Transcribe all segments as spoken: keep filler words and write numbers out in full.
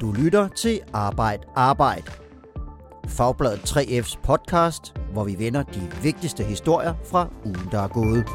Du lytter til Arbejd Arbejd. Fagbladet tre F's podcast, hvor vi vender de vigtigste historier fra ugen, der er gået.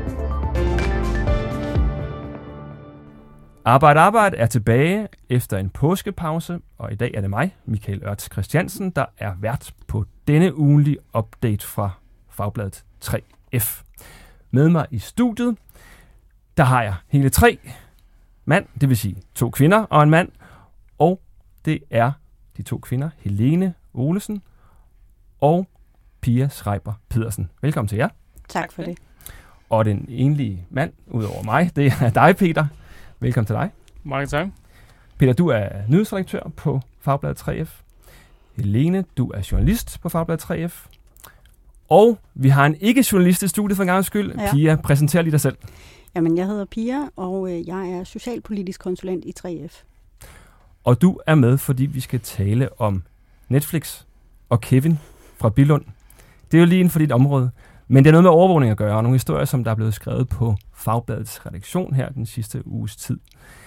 Arbejd Arbejd er tilbage efter en påskepause, og i dag er det mig, Michael Ørts Christiansen, der er vært på denne ugenlige update fra Fagbladet tre F. Med mig i studiet, der har jeg hele tre mand, det vil sige to kvinder og en mand, og det er de to kvinder, Helene Olesen og Pia Schreiber Pedersen. Velkommen til jer. Tak for det. Og den enlige mand, udover mig, det er dig, Peter. Velkommen til dig. Mange tak. Peter, du er nyhedsredaktør på Fagbladet tre F. Helene, du er journalist på Fagbladet tre F. Og vi har en ikke-journalist i studiet for en gang skyld. Ja. Pia, præsenter lige dig selv. Jamen, jeg hedder Pia, og jeg er socialpolitisk konsulent i tre F. Og du er med, fordi vi skal tale om Netflix og Kevin fra Billund. Det er jo lige inden for dit område. Men det er noget med overvågning at gøre, og nogle historier, som der er blevet skrevet på Fagbladets redaktion her den sidste uges tid.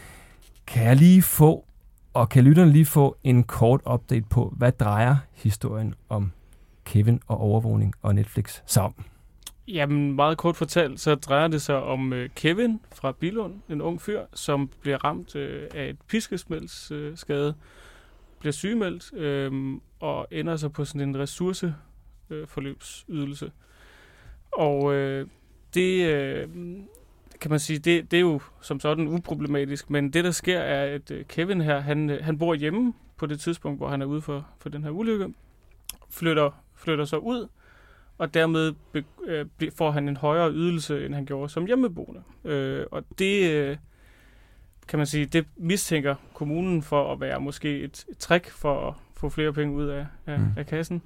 Kan jeg lige få, og kan lytterne lige få en kort update på, hvad drejer historien om Kevin og overvågning og Netflix sig om? Jamen, meget kort fortalt, så drejer det sig om uh, Kevin fra Billund, en ung fyr, som bliver ramt uh, af et piskesmældsskade, uh, bliver sygemeldt uh, og ender så på sådan en ressourceforløbsydelse. Uh, og uh, det, uh, kan man sige, det, det er jo som sådan uproblematisk, men det der sker er, at uh, Kevin her, han, han bor hjemme på det tidspunkt, hvor han er ude for, for den her ulykke, flytter, flytter så ud, og dermed be, øh, får han en højere ydelse, end han gjorde som hjemmeboende. Øh, og det, øh, kan man sige, det mistænker kommunen for at være måske et, et trick for at få flere penge ud af, af, mm. af kassen.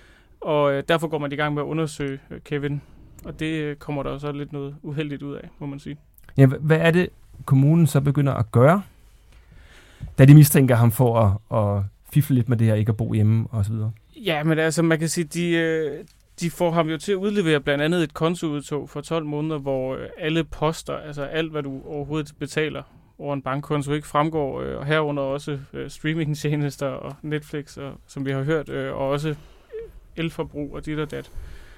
Og øh, derfor går man i gang med at undersøge øh, Kevin, og det øh, kommer der så lidt noget uheldigt ud af, må man sige. Ja, hvad er det, kommunen så begynder at gøre, da de mistænker ham for at, at fifle lidt med det her, ikke at bo hjemme osv.? Ja, men altså, man kan sige, de... Øh, De får ham jo til at udlevere blandt andet et kontoudtog for tolv måneder, hvor alle poster, altså alt, hvad du overhovedet betaler over en bankkonto, ikke fremgår, og herunder også streamingtjenester og Netflix, og, som vi har hørt, og også elforbrug og dit og dat.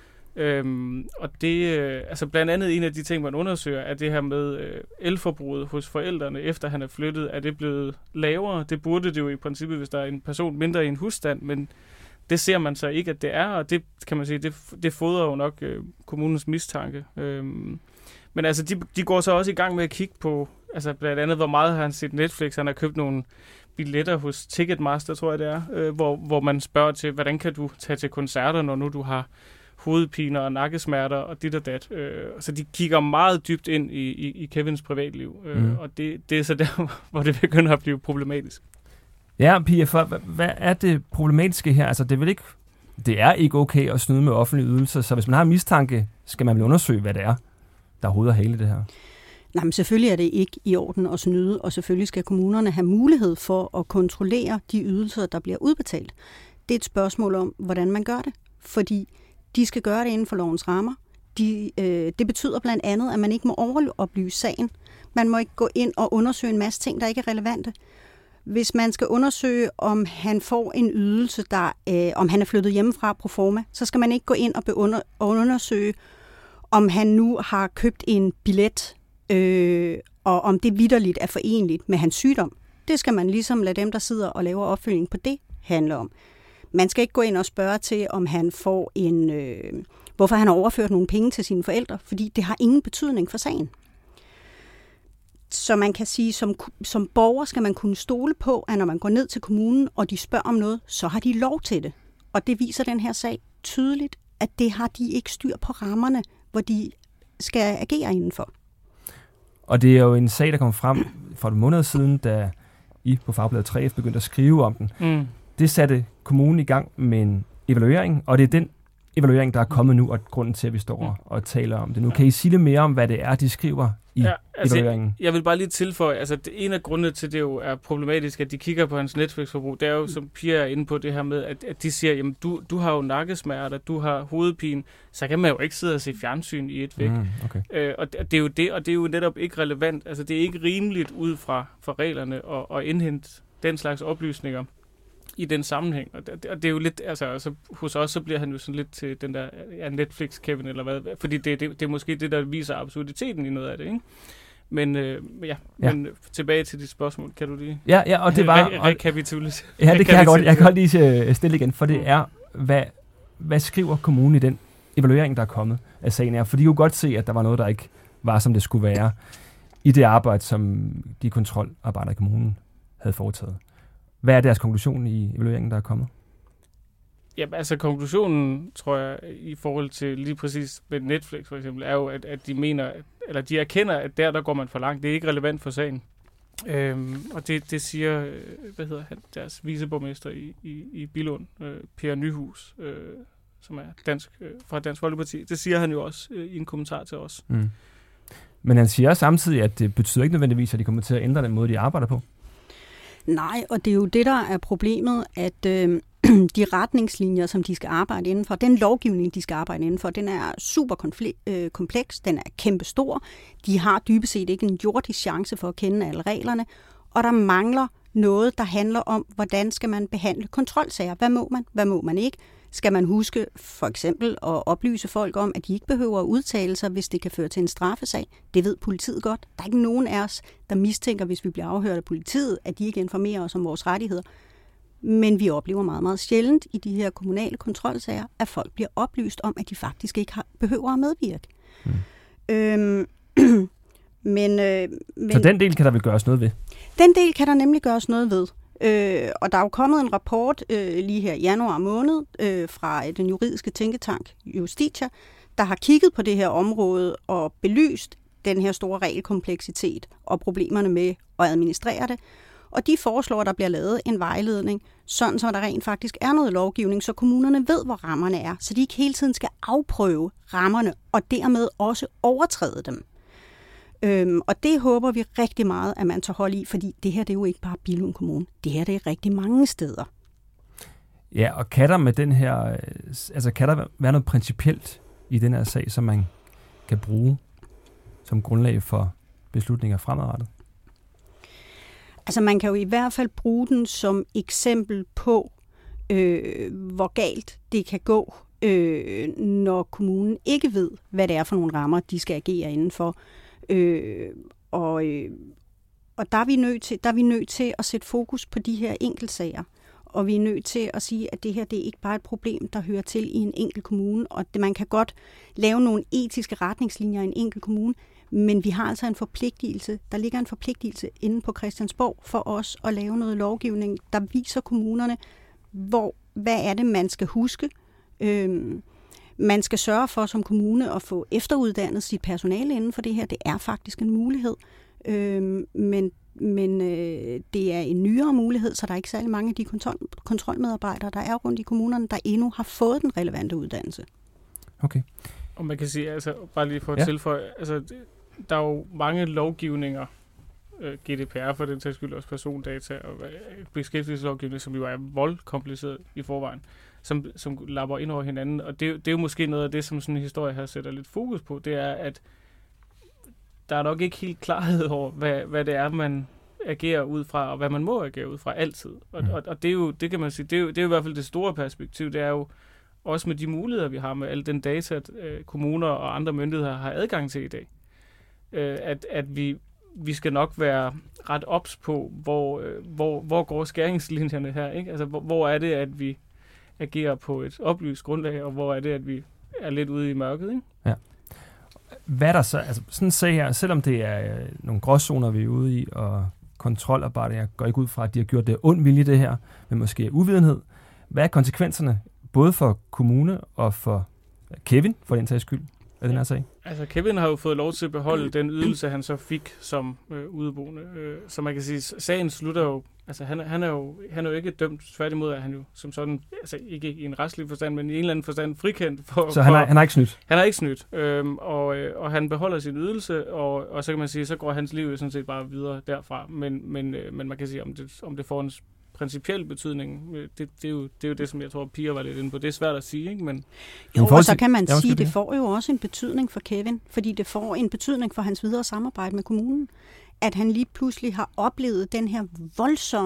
Øhm, og det, altså blandt andet en af de ting, man undersøger, er det her med elforbruget hos forældrene, efter han er flyttet, er det blevet lavere. Det burde det jo i princippet, hvis der er en person mindre i en husstand, men det ser man så ikke, at det er, og det kan man sige, det, det fodrer jo nok øh, kommunens mistanke. Øhm, men altså, de, de går så også i gang med at kigge på, altså blandt andet, hvor meget har han set Netflix. Han har købt nogle billetter hos Ticketmaster, tror jeg det er, øh, hvor, hvor man spørger til, hvordan kan du tage til koncerter, når nu du har hovedpiner og nakkesmerter og dit og dat. Øh, så de kigger meget dybt ind i, i, i Kevins privatliv, øh, mm. og det, det er så der, hvor det begynder at blive problematisk. Ja, Pia, for, hvad, hvad er det problematiske her? Altså, det er vel ikke, det er ikke okay at snyde med offentlige ydelser, så hvis man har en mistanke, skal man vel undersøge, hvad det er, der er hovedet og hele det her? Nej, men selvfølgelig er det ikke i orden at snyde, og selvfølgelig skal kommunerne have mulighed for at kontrollere de ydelser, der bliver udbetalt. Det er et spørgsmål om, hvordan man gør det, fordi de skal gøre det inden for lovens rammer. De, øh, det betyder blandt andet, at man ikke må overoplyse sagen. Man må ikke gå ind og undersøge en masse ting, der ikke er relevante. Hvis man skal undersøge, om han får en ydelse, der, øh, om han er flyttet hjemmefra pro forma, så skal man ikke gå ind og beunder, undersøge, om han nu har købt en billet, øh, og om det vitterligt er forenligt med hans sygdom. Det skal man ligesom lade dem, der sidder og laver opfølgning på det, handle om. Man skal ikke gå ind og spørge til, om han får en, øh, hvorfor han har overført nogle penge til sine forældre, fordi det har ingen betydning for sagen. Så man kan sige, som, som borger skal man kunne stole på, at når man går ned til kommunen, og de spørger om noget, så har de lov til det. Og det viser den her sag tydeligt, at det har de ikke styr på rammerne, hvor de skal agere indenfor. Og det er jo en sag, der kom frem for et måned siden, da I på Fagbladet tre F begyndte at skrive om den. Mm. Det satte kommunen i gang med en evaluering, og det er den evaluering, der er kommet nu, og grunden til, at vi står og taler om det nu. Kan I sige lidt mere om, hvad det er, de skriver i ja, altså, evalueringen? Jeg vil bare lige tilføje, altså det, en af grundene til, det jo er problematisk, at de kigger på hans Netflix-forbrug, det er jo, som Pia er inde på det her med, at, at de siger, jamen du, du har jo nakkesmerter, du har hovedpine, så kan man jo ikke sidde og se fjernsyn i et væk. Mm, okay. øh, og det, det er jo det, og det er jo netop ikke relevant. Altså det er ikke rimeligt ud fra, fra reglerne at, at indhente den slags oplysninger i den sammenhæng. Og det, og det er jo lidt, altså, altså hos os, så bliver han jo sådan lidt til den der ja, Netflix-Kevin, eller hvad, fordi det, det, det er måske det, der viser absurditeten i noget af det, ikke? Men øh, ja, ja, men tilbage til dit spørgsmål, kan du lige... Ja, ja, og det var... Re- rekapitulis. Ja, det kan jeg godt, jeg kan godt lige stille igen, for det er, hvad, hvad skriver kommunen i den evaluering, der er kommet af sagen er? For de kunne godt se, at der var noget, der ikke var, som det skulle være i det arbejde, som de kontrolarbejdere i kommunen havde foretaget. Hvad er deres konklusion i evalueringen, der er kommet? Ja, altså konklusionen, tror jeg, i forhold til lige præcis med Netflix for eksempel, er jo, at, at de mener, eller de erkender, at der, der går man for langt. Det er ikke relevant for sagen. Øhm, og det, det siger, hvad hedder han, deres viceborgmester i, i, i Billund, øh, Per Nyhus, øh, som er dansk, øh, fra Dansk Folkeparti. Det siger han jo også øh, i en kommentar til os. Mm. Men han siger samtidig, at det betyder ikke nødvendigvis, at de kommer til at ændre den måde, de arbejder på. Nej, og det er jo det, der er problemet, at øh, de retningslinjer, som de skal arbejde indenfor, den lovgivning, de skal arbejde indenfor, den er super konflik- øh, kompleks, den er kæmpestor. De har dybest set ikke en jordisk chance for at kende alle reglerne, og der mangler noget, der handler om, hvordan skal man behandle kontrolsager. Hvad må man, hvad må man ikke? Skal man huske for eksempel at oplyse folk om, at de ikke behøver at udtale sig, hvis det kan føre til en straffesag? Det ved politiet godt. Der er ikke nogen af os, der mistænker, hvis vi bliver afhørt af politiet, at de ikke informerer os om vores rettigheder. Men vi oplever meget, meget sjældent i de her kommunale kontrolsager, at folk bliver oplyst om, at de faktisk ikke har, behøver at medvirke. Mm. Øhm, men, øh, men, Så den del kan der vel gøres noget ved? Den del kan der nemlig gøres noget ved. Øh, og der er jo kommet en rapport øh, lige her i januar måned øh, fra den juridiske tænketank Justitia, der har kigget på det her område og belyst den her store regelkompleksitet og problemerne med at administrere det. Og de foreslår, at der bliver lavet en vejledning, sådan så der rent faktisk er noget lovgivning, så kommunerne ved, hvor rammerne er, så de ikke hele tiden skal afprøve rammerne og dermed også overtræde dem. Øhm, og det håber vi rigtig meget, at man tager hold i, fordi det her det er jo ikke bare Billund Kommune. Det her det er rigtig mange steder. Ja, og kan der med den her, altså kan der være noget principielt i den her sag, som man kan bruge som grundlag for beslutninger fremadrettet? Altså man kan jo i hvert fald bruge den som eksempel på, øh, hvor galt det kan gå, øh, når kommunen ikke ved, hvad det er for nogle rammer, de skal agere indenfor. Øh, og, øh, og der er vi nødt til, der er vi nødt til at sætte fokus på de her enkeltsager. Og vi er nødt til at sige, at det her det er ikke bare et problem, der hører til i en enkelt kommune. Og det, man kan godt lave nogle etiske retningslinjer i en enkelt kommune, men vi har altså en forpligtelse, der ligger en forpligtelse inde på Christiansborg for os at lave noget lovgivning, der viser kommunerne, hvor, hvad er det, man skal huske. Øhm, man skal sørge for som kommune at få efteruddannet sit personale inden for det her. Det er faktisk en mulighed, øhm, men, men øh, det er en nyere mulighed, så der er ikke særlig mange af de kontrol, kontrolmedarbejdere, der er rundt i kommunerne, der endnu har fået den relevante uddannelse. Okay. Og man kan sige, altså bare lige for at ja. tilføje, altså der er jo mange lovgivninger, øh, G D P R for den sags skyld, også persondata og øh, beskæftigelseslovgivning, som jo er voldkompliceret i forvejen, som, som lapper ind over hinanden. Og det, det er jo måske noget af det, som sådan en historie her sætter lidt fokus på, det er, at der er nok ikke helt klarhed over, hvad, hvad det er, man agerer ud fra, og hvad man må agere ud fra altid. Og, mm. og, og det er jo, det kan man sige, det er jo, det er jo i hvert fald det store perspektiv, det er jo også med de muligheder, vi har med al den data, at øh, kommuner og andre myndigheder har adgang til i dag. Øh, at at vi, vi skal nok være ret ops på, hvor, øh, hvor, hvor går skæringslinjerne her, ikke? Altså, hvor, hvor er det, at vi agerer på et oplyst grundlag, og hvor er det, at vi er lidt ude i mørket, ikke? Ja. Hvad er der så, altså sådan sag her, selvom det er øh, nogle gråzoner, vi er ude i, og kontrolarbejde, jeg går ikke ud fra, at de har gjort det ond vilje det her, men måske uvidenhed. Hvad er konsekvenserne, både for kommune og for Kevin, for den sags skyld, af den her sag? Altså, Kevin har jo fået lov til at beholde den ydelse, han så fik som øh, udeboende. Øh, så man kan sige, sagen slutter jo, altså han, han, er jo, han er jo ikke dømt, tværtimod er han jo som sådan, altså ikke i en retslig forstand, men i en eller anden forstand frikendt. For, så han har, han har ikke snydt? Han har ikke snydt, øhm, og, øh, og han beholder sin ydelse, og, og så kan man sige, så går hans liv jo sådan set bare videre derfra. Men, men, øh, men man kan sige, om det, om det får en principiel betydning, det, det, er jo, det er jo det, som jeg tror, Pia var lidt inde på. Det er svært at sige, ikke? Men jo, og så kan man sige, at det får jo også en betydning for Kevin, fordi det får en betydning for hans videre samarbejde med kommunen. At han lige pludselig har oplevet den her voldsomme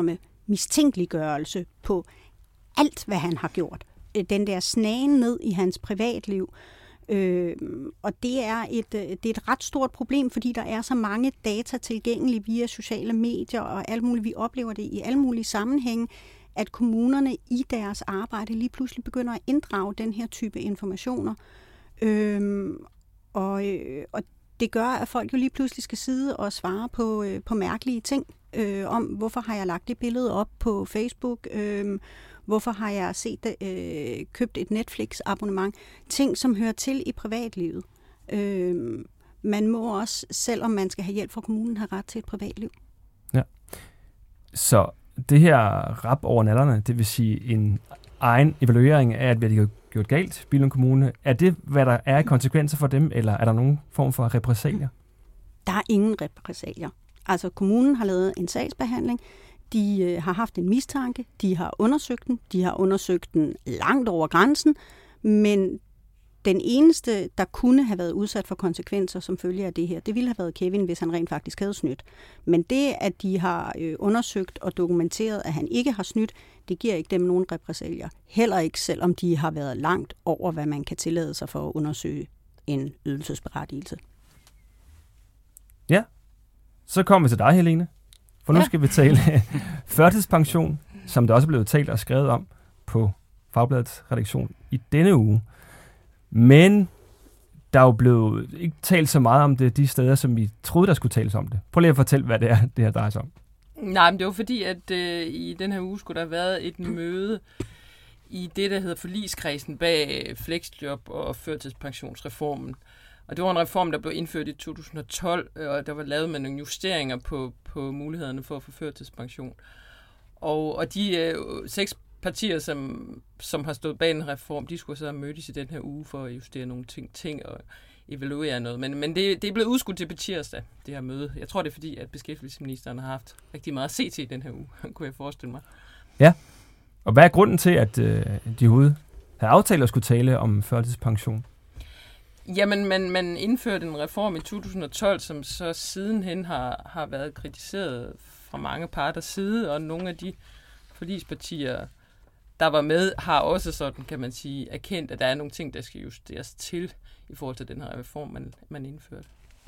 mistænkeliggørelse på alt, hvad han har gjort. Den der snagen ned i hans privatliv. Øh, og det er, et, det er et ret stort problem, fordi der er så mange data tilgængelige via sociale medier og alt muligt. Vi oplever det i alle mulige sammenhænge, at kommunerne i deres arbejde lige pludselig begynder at inddrage den her type informationer. Øh, og, og det gør, at folk jo lige pludselig skal sidde og svare på, øh, på mærkelige ting. Øh, om hvorfor har jeg lagt det billede op på Facebook, øh, hvorfor har jeg set det, øh, købt et Netflix-abonnement, ting som hører til i privatlivet. Øh, man må også, selvom man skal have hjælp fra kommunen, have ret til et privatliv. Ja. Så det her rap over nallerne, det vil sige en egen evaluering af, at hvad de har gjort galt, Billund Kommune, er det, hvad der er konsekvenser for dem, eller er der nogen form for repressalier? Der er ingen repressalier. Altså, kommunen har lavet en sagsbehandling, de øh, har haft en mistanke, de har undersøgt den, de har undersøgt den langt over grænsen, men den eneste, der kunne have været udsat for konsekvenser som følge af det her, det ville have været Kevin, hvis han rent faktisk havde snydt. Men det, at de har øh, undersøgt og dokumenteret, at han ikke har snydt, det giver ikke dem nogen repressalier. Heller ikke, selvom de har været langt over, hvad man kan tillade sig for at undersøge en ydelsesberettigelse. Ja, så kommer vi til dig, Helene. For nu ja. skal vi tale førtidspension, som der også er blevet talt og skrevet om på Fagbladets redaktion i denne uge. Men der er jo blevet ikke talt så meget om det de steder, som vi troede, der skulle tales om det. Prøv lige at fortælle, hvad det er, det her drejer sig om. Nej, men det var fordi, at øh, i den her uge skulle der have været et møde i det, der hedder forligskredsen bag fleksjob og førtidspensionsreformen. Og det var en reform, der blev indført i to tusind og tolv, og der var lavet med nogle justeringer på, på mulighederne for at få førtidspension. Og, og de øh, seks partier, som, som har stået bag en reform, de skulle så have mødtes i den her uge for at justere nogle ting, ting og evaluere noget. Men, men det, det er blevet udskudt til på tirsdag, det her møde. Jeg tror, det er fordi, at beskæftigelsesministeren har haft rigtig meget at se til i den her uge, kunne jeg forestille mig. Ja, og hvad er grunden til, at øh, de ude havde aftalt at skulle tale om førtidspension? Jamen, man, man indførte en reform i to tusind og tolv, som så sidenhen har, har været kritiseret fra mange parters side, og nogle af de forligspartier, der var med, har også sådan, kan man sige, erkendt, at der er nogle ting, der skal justeres til i forhold til den her reform, man, man indførte.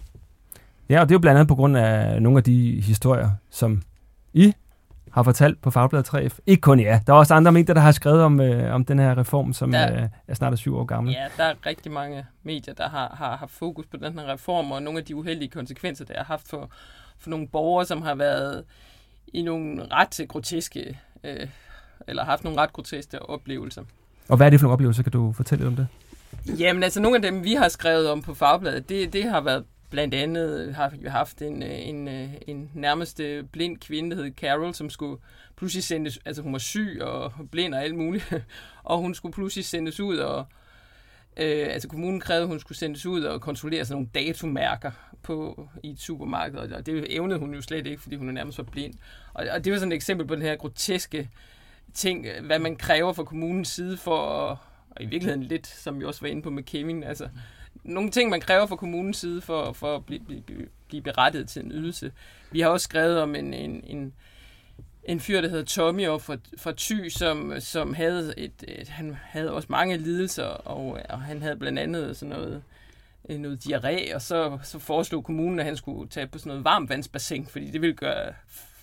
Ja, og det er jo blandt andet på grund af nogle af de historier, som I har fortalt på Fagbladet tre F. Ikke kun ja. Der er også andre medier, der har skrevet om, øh, om den her reform, som der, øh, er snart er syv år gammel. Ja, der er rigtig mange medier, der har, har haft fokus på den her reform, og nogle af de uheldige konsekvenser, der har haft for, for nogle borgere, som har været i nogle ret groteske, øh, eller haft nogle ret groteske oplevelser. Og hvad er det for nogle oplevelser? Kan du fortælle lidt om det? Jamen, altså nogle af dem, vi har skrevet om på Fagbladet, det, det har været blandt andet har vi haft en, en, en nærmest blind kvinde, der hed Carol, som skulle pludselig sendes, altså hun var syg og blind og alt muligt, og hun skulle pludselig sendes ud, og øh, altså kommunen krævede, at hun skulle sendes ud og kontrollere sådan nogle datomærker på, i et supermarked, og det evnede hun jo slet ikke, fordi hun nærmest var blind. Og, og det var sådan et eksempel på den her groteske ting, hvad man kræver fra kommunens side for at, og i virkeligheden lidt, som vi også var inde på med Kevin, altså nogle ting, man kræver fra kommunens side for, for at blive, blive, blive berettiget til en ydelse. Vi har også skrevet om en, en, en, en fyr, der hedder Tommy fra, fra Thy, som, som havde, et, et, han havde også mange lidelser, og, og han havde blandt andet sådan noget, noget diarré, og så, så foreslog kommunen, at han skulle tage på sådan noget varmvandsbassin, fordi det ville gøre,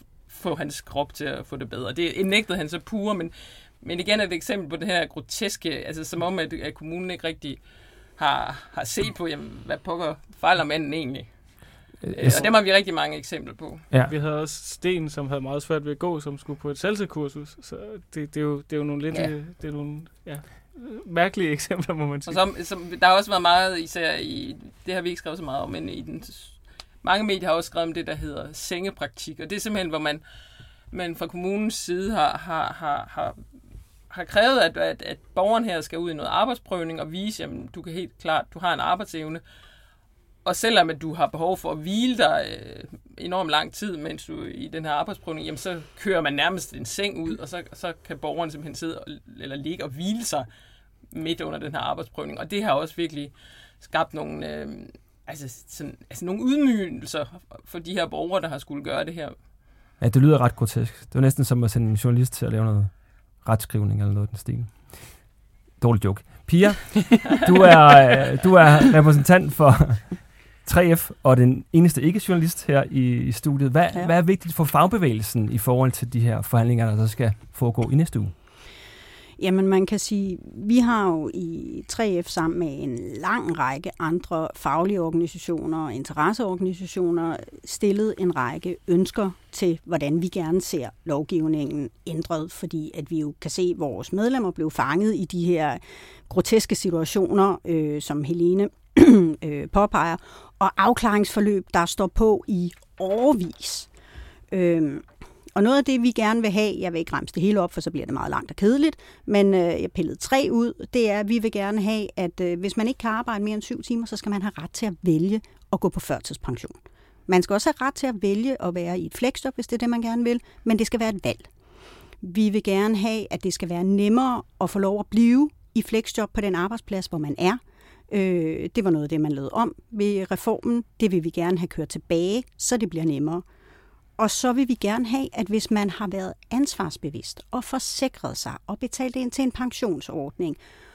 få hans krop til at få det bedre. Det nægtede han så pure, men, men igen er det et eksempel på det her groteske, altså som om, at, at kommunen ikke rigtig har, har set på, jamen, hvad pokker fejler manden egentlig. Yes. Og dem har vi rigtig mange eksempler på. Ja. Vi havde også Sten, som havde meget svært ved at gå, som skulle på et salsa-kursus. Så det, det, er, jo, det er jo nogle lidt ja. det er nogle, ja, mærkelige eksempler, må man sige. Og som, som, der har også været meget, især i, det har vi ikke skrevet så meget om, men i den, mange medier har også skrevet om det, der hedder sengepraktik. Og det er simpelthen, hvor man, man fra kommunens side har, har, har, har har krævet, at, at, at borgeren her skal ud i noget arbejdsprøvning og vise, at du kan helt klart, du har en arbejdsevne. Og selvom at du har behov for at hvile dig øh, enormt lang tid, mens du er i den her arbejdsprøvning, jamen så kører man nærmest en seng ud, og så, så kan borgeren simpelthen sidde og, eller ligge og hvile sig midt under den her arbejdsprøvning. Og det har også virkelig skabt nogle, øh, altså, sådan, altså nogle ydmygelser for de her borgere, der har skulle gøre det her. Ja, det lyder ret grotesk. Det var næsten som at sende en journalist til at lave noget retskrivning eller noget i den stil. Dårlig joke. Pia, du er, du er repræsentant for tre F og den eneste ikke-journalist her i, i studiet. Hvad, ja. hvad er vigtigt for fagbevægelsen i forhold til de her forhandlinger, der skal foregå i næste uge? Jamen man kan sige, vi har jo i tre F sammen med en lang række andre faglige organisationer og interesseorganisationer stillet en række ønsker til, hvordan vi gerne ser lovgivningen ændret, fordi at vi jo kan se, at vores medlemmer blev fanget i de her groteske situationer, øh, som Helene øh, påpeger, og afklaringsforløb, der står på i årevis. Øh, Og noget af det, vi gerne vil have, jeg vil ikke remse det hele op, for så bliver det meget langt og kedeligt, men øh, jeg pillede tre ud, det er, at vi vil gerne have, at øh, hvis man ikke kan arbejde mere end syv timer, så skal man have ret til at vælge at gå på førtidspension. Man skal også have ret til at vælge at være i et fleksjob, hvis det er det, man gerne vil, men det skal være et valg. Vi vil gerne have, at det skal være nemmere at få lov at blive i fleksjob på den arbejdsplads, hvor man er. Øh, det var noget af det, man lavede om ved reformen. Det vil vi gerne have kørt tilbage, så det bliver nemmere. Og så vil vi gerne have, at hvis man har været ansvarsbevidst og forsikret sig og betalt ind til en pensionsordning,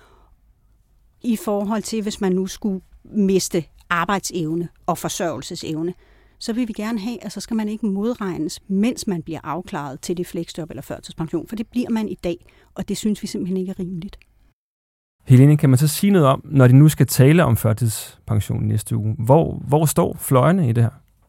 i forhold til, hvis man nu skulle miste arbejdsevne og forsørgelsesevne, så vil vi gerne have, at så skal man ikke modregnes, mens man bliver afklaret til det fleksjob eller førtidspension, for det bliver man i dag, og det synes vi simpelthen ikke er rimeligt. Helene, kan man så sige noget om, når de nu skal tale om førtidspension næste uge? Hvor, hvor står fløjene i det her?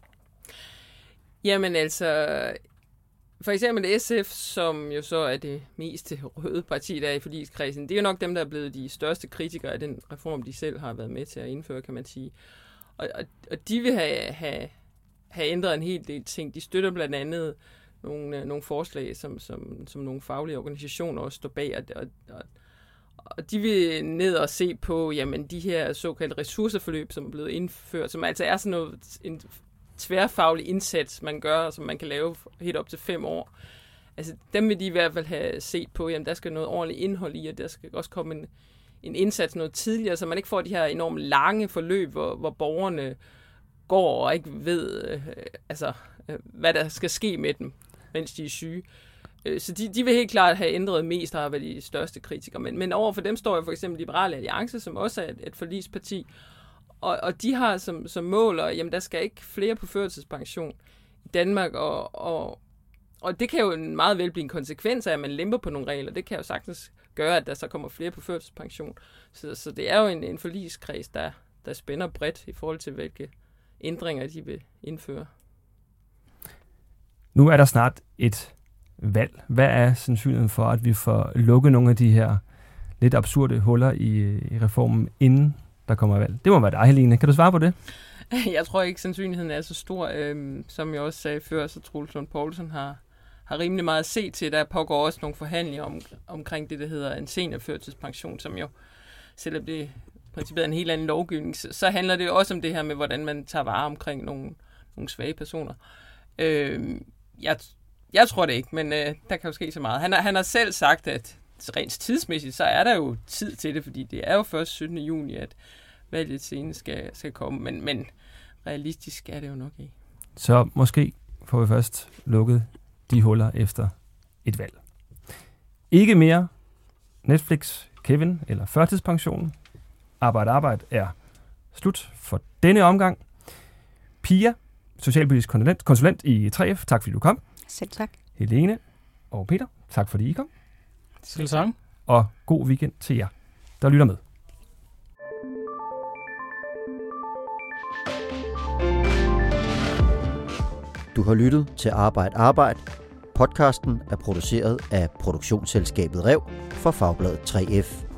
Jamen altså, for eksempel S F, som jo så er det mest røde parti, der er i forligskredsen, det er jo nok dem, der er blevet de største kritikere af den reform, de selv har været med til at indføre, kan man sige. Og, og, og de vil have, have, have ændret en hel del ting. De støtter blandt andet nogle, nogle forslag, som, som, som nogle faglige organisationer også står bag, og, og, og, og de vil ned og se på jamen, de her såkaldte ressourceforløb, som er blevet indført, som altså er sådan noget en tværfaglig indsats, man gør, som man kan lave helt op til fem år. Altså, dem vil de i hvert fald have set på, jamen, der skal noget ordentligt indhold i, og der skal også komme en, en indsats noget tidligere, så man ikke får de her enormt lange forløb, hvor, hvor borgerne går og ikke ved, øh, altså, øh, hvad der skal ske med dem, mens de er syge. Øh, så de, de vil helt klart have ændret mest, og har været de største kritikere. Men, men overfor dem står jo for eksempel Liberale Alliance, som også er et, et forligsparti, Og, og de har som, som mål, at jamen, der skal ikke flere på førtidspension i Danmark, og, og, og det kan jo meget vel blive en konsekvens af, at man lemper på nogle regler. Det kan jo sagtens gøre, at der så kommer flere på førtidspension. Så, så det er jo en, en forligskreds, der, der spænder bredt i forhold til, hvilke ændringer de vil indføre. Nu er der snart et valg. Hvad er sandsynligheden for, at vi får lukket nogle af de her lidt absurde huller i, i reformen, inden der kommer valg? Det må være dig, Helene. Kan du svare på det? Jeg tror ikke, sandsynligheden er så stor. Øhm, som jeg også sagde før, så Troels Lund Poulsen har, har rimelig meget at se til. Der pågår også nogle forhandlinger om, omkring det, der hedder en seniorførtidspension, som jo, selvom det i princippet er en helt anden lovgivning, så, så handler det jo også om det her med, hvordan man tager vare omkring nogle, nogle svage personer. Øhm, jeg, jeg tror det ikke, men øh, der kan jo ske så meget. Han har, han har selv sagt, at rent tidsmæssigt, så er der jo tid til det, fordi det er jo først syttende juni, at valget senere skal, skal komme, men, men realistisk er det jo nok ikke. Så måske får vi først lukket de huller efter et valg. Ikke mere Netflix, Kevin eller førtidspensionen. Arbejde, arbejde er slut for denne omgang. Pia, socialpolitisk konsulent, konsulent i tre F, tak fordi du kom. Selv tak. Helene og Peter, tak fordi I kom. Selv tak. Og god weekend til jer, der lytter med. Du har lyttet til Arbejde Arbejde. Podcasten er produceret af produktionsselskabet Rev for Fagbladet tre F.